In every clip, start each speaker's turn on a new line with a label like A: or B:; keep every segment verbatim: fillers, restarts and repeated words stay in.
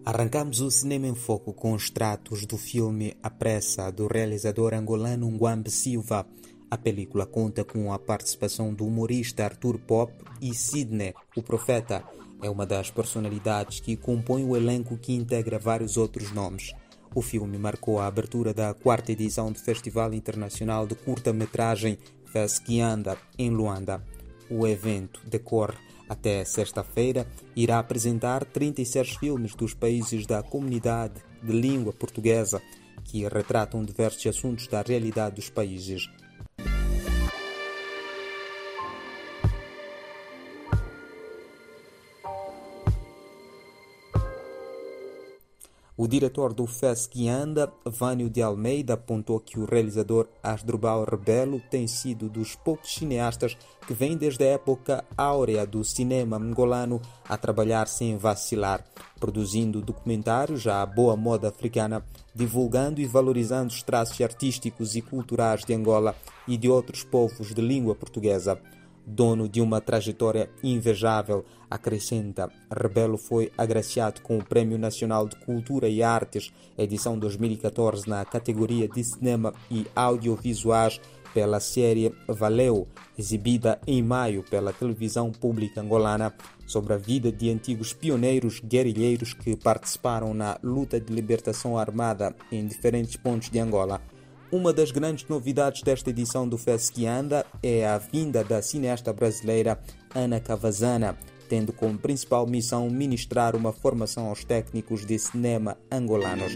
A: Arrancamos o Cinema em Foco com extratos do filme A Pressa, do realizador angolano Ngwambi Silva. A película conta com a participação do humorista Arthur Pop e Sidney, o Profeta. É uma das personalidades que compõe o elenco que integra vários outros nomes. O filme marcou a abertura da quarta edição do Festival Internacional de Curta-Metragem FESCIANDA, em Luanda. O evento decorre até sexta-feira, irá apresentar trinta e seis filmes dos países da comunidade de língua portuguesa que retratam diversos assuntos da realidade dos países. O diretor do FESCIANDA, Vânio de Almeida, apontou que o realizador Asdrubal Rebelo tem sido dos poucos cineastas que vem desde a época áurea do cinema angolano a trabalhar sem vacilar, produzindo documentários à boa moda africana, divulgando e valorizando os traços artísticos e culturais de Angola e de outros povos de língua portuguesa. Dono de uma trajetória invejável, acrescenta, Rebelo foi agraciado com o Prémio Nacional de Cultura e Artes, edição dois mil e catorze, na categoria de cinema e audiovisuais pela série Valeu, exibida em maio pela televisão pública angolana, sobre a vida de antigos pioneiros guerrilheiros que participaram na luta de libertação armada em diferentes pontos de Angola. Uma das grandes novidades desta edição do FESCIANDA é a vinda da cineasta brasileira Ana Cavazana, tendo como principal missão ministrar uma formação aos técnicos de cinema angolanos.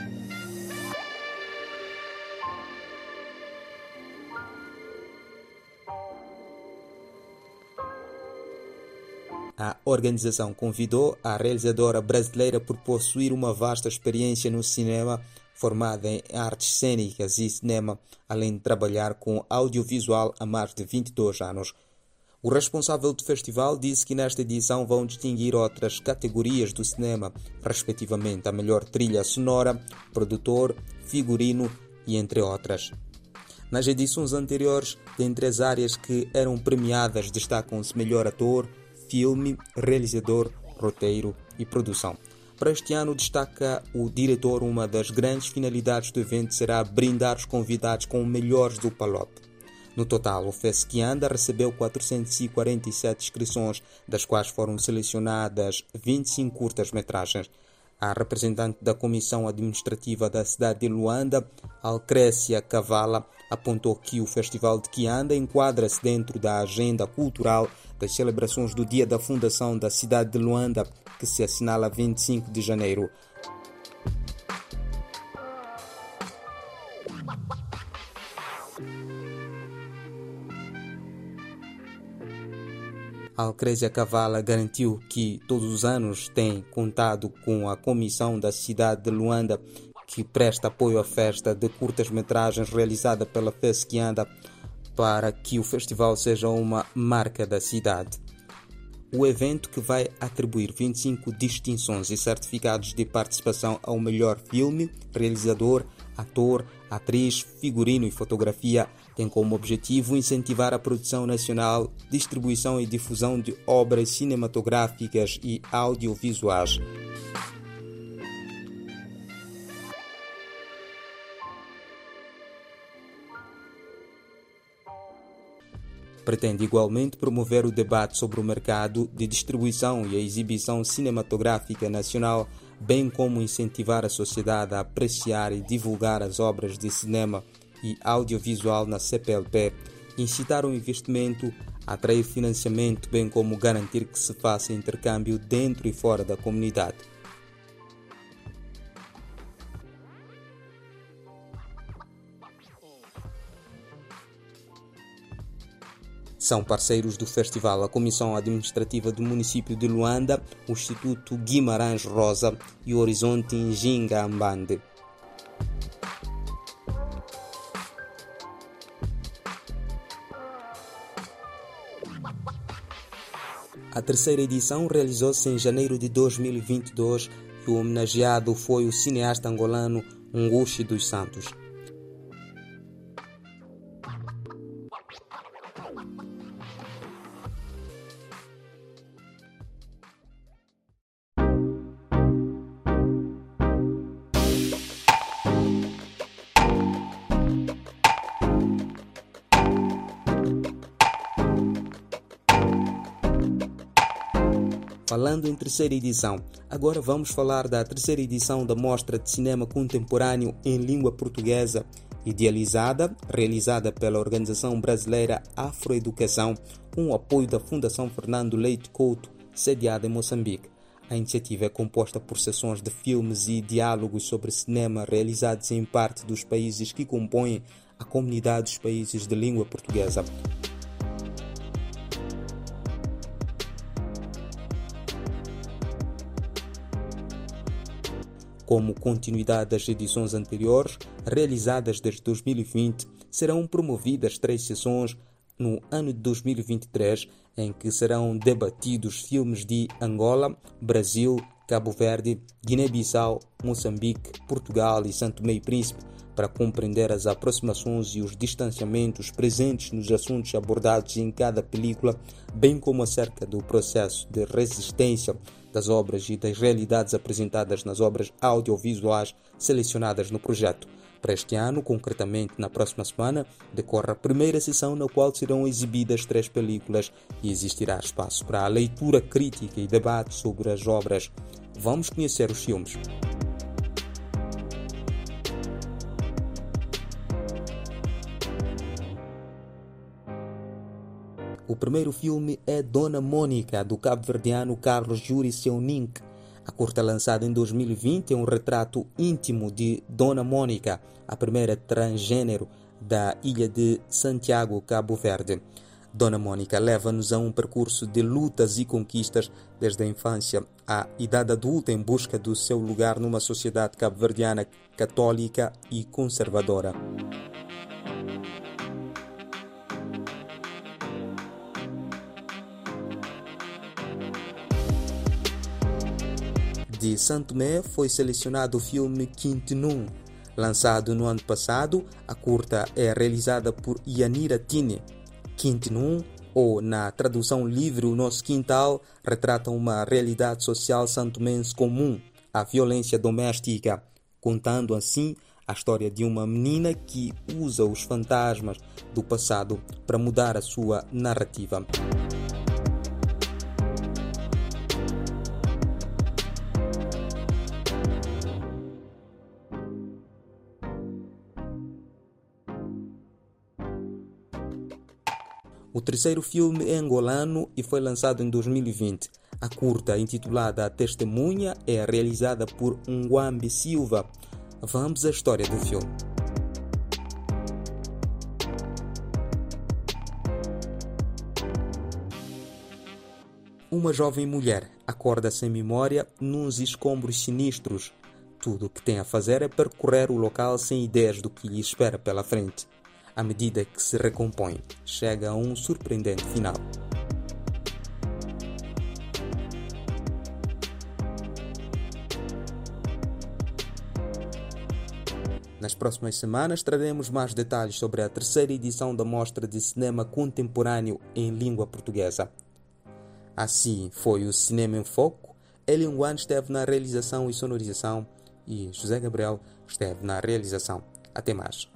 A: A organização convidou a realizadora brasileira por possuir uma vasta experiência no cinema, formada em artes cênicas e cinema, além de trabalhar com audiovisual há mais de vinte e dois anos. O responsável do festival disse que nesta edição vão distinguir outras categorias do cinema, respectivamente a melhor trilha sonora, produtor, figurino e entre outras. Nas edições anteriores, dentre as áreas que eram premiadas, destacam-se melhor ator, filme, realizador, roteiro e produção. Para este ano, destaca o diretor, uma das grandes finalidades do evento será brindar os convidados com os melhores do Palop. No total, o FESCIANDA recebeu quatrocentas e quarenta e sete inscrições, das quais foram selecionadas vinte e cinco curtas-metragens. A representante da Comissão Administrativa da cidade de Luanda, Alcrécia Cavala, apontou que o Festival de Quianda enquadra-se dentro da agenda cultural das celebrações do Dia da Fundação da cidade de Luanda, que se assinala vinte e cinco de janeiro. A Alcrésia Cavala garantiu que todos os anos tem contado com a Comissão da cidade de Luanda, que presta apoio à festa de curtas-metragens realizada pela FESCIANDA para que o festival seja uma marca da cidade. O evento, que vai atribuir vinte e cinco distinções e certificados de participação ao melhor filme, realizador, ator, atriz, figurino e fotografia, tem como objetivo incentivar a produção nacional, distribuição e difusão de obras cinematográficas e audiovisuais. Pretende igualmente promover o debate sobre o mercado de distribuição e a exibição cinematográfica nacional, bem como incentivar a sociedade a apreciar e divulgar as obras de cinema e audiovisual na C P L P, incitar o investimento, atrair financiamento, bem como garantir que se faça intercâmbio dentro e fora da comunidade. São parceiros do festival a Comissão Administrativa do município de Luanda, o Instituto Guimarães Rosa e o Horizonte Njinga Ambande. A terceira edição realizou-se em janeiro de dois mil e vinte e dois e o homenageado foi o cineasta angolano Ngushi dos Santos. Falando em terceira edição, agora vamos falar da terceira edição da Mostra de Cinema Contemporâneo em Língua Portuguesa, idealizada, realizada pela Organização Brasileira Afroeducação, com o apoio da Fundação Fernando Leite Couto, sediada em Moçambique. A iniciativa é composta por sessões de filmes e diálogos sobre cinema realizados em parte dos países que compõem a comunidade dos países de língua portuguesa. Como continuidade das edições anteriores, realizadas desde dois mil e vinte, serão promovidas três sessões no ano de dois mil e vinte e três, em que serão debatidos filmes de Angola, Brasil, Cabo Verde, Guiné-Bissau, Moçambique, Portugal e Santo Tomé e Príncipe, para compreender as aproximações e os distanciamentos presentes nos assuntos abordados em cada película, bem como acerca do processo de resistência das obras e das realidades apresentadas nas obras audiovisuais selecionadas no projeto. Para este ano, concretamente na próxima semana, decorre a primeira sessão na qual serão exibidas três películas e existirá espaço para a leitura crítica e debate sobre as obras. Vamos conhecer os filmes. O primeiro filme é Dona Mônica, do cabo-verdiano Carlos Júri Seunink. A curta lançada em dois mil e vinte é um retrato íntimo de Dona Mônica, a primeira transgênero da ilha de Santiago, Cabo Verde. Dona Mônica leva-nos a um percurso de lutas e conquistas desde a infância à idade adulta em busca do seu lugar numa sociedade cabo-verdiana católica e conservadora. De Santo Tomé foi selecionado o filme Quintinum. Lançado no ano passado, a curta é realizada por Yanira Tine. Quintinum, ou na tradução livre O Nosso Quintal, retrata uma realidade social santomense comum, a violência doméstica, contando assim a história de uma menina que usa os fantasmas do passado para mudar a sua narrativa. O terceiro filme é angolano e foi lançado em dois mil e vinte. A curta, intitulada A Testemunha, é realizada por Ngwambi Silva. Vamos à história do filme. Uma jovem mulher acorda sem memória nos escombros sinistros. Tudo o que tem a fazer é percorrer o local sem ideias do que lhe espera pela frente. À medida que se recompõe, chega a um surpreendente final. Nas próximas semanas traremos mais detalhes sobre a terceira edição da Mostra de Cinema Contemporâneo em Língua Portuguesa. Assim foi o Cinema em Foco. Elian Guan esteve na realização e sonorização e José Gabriel esteve na realização. Até mais.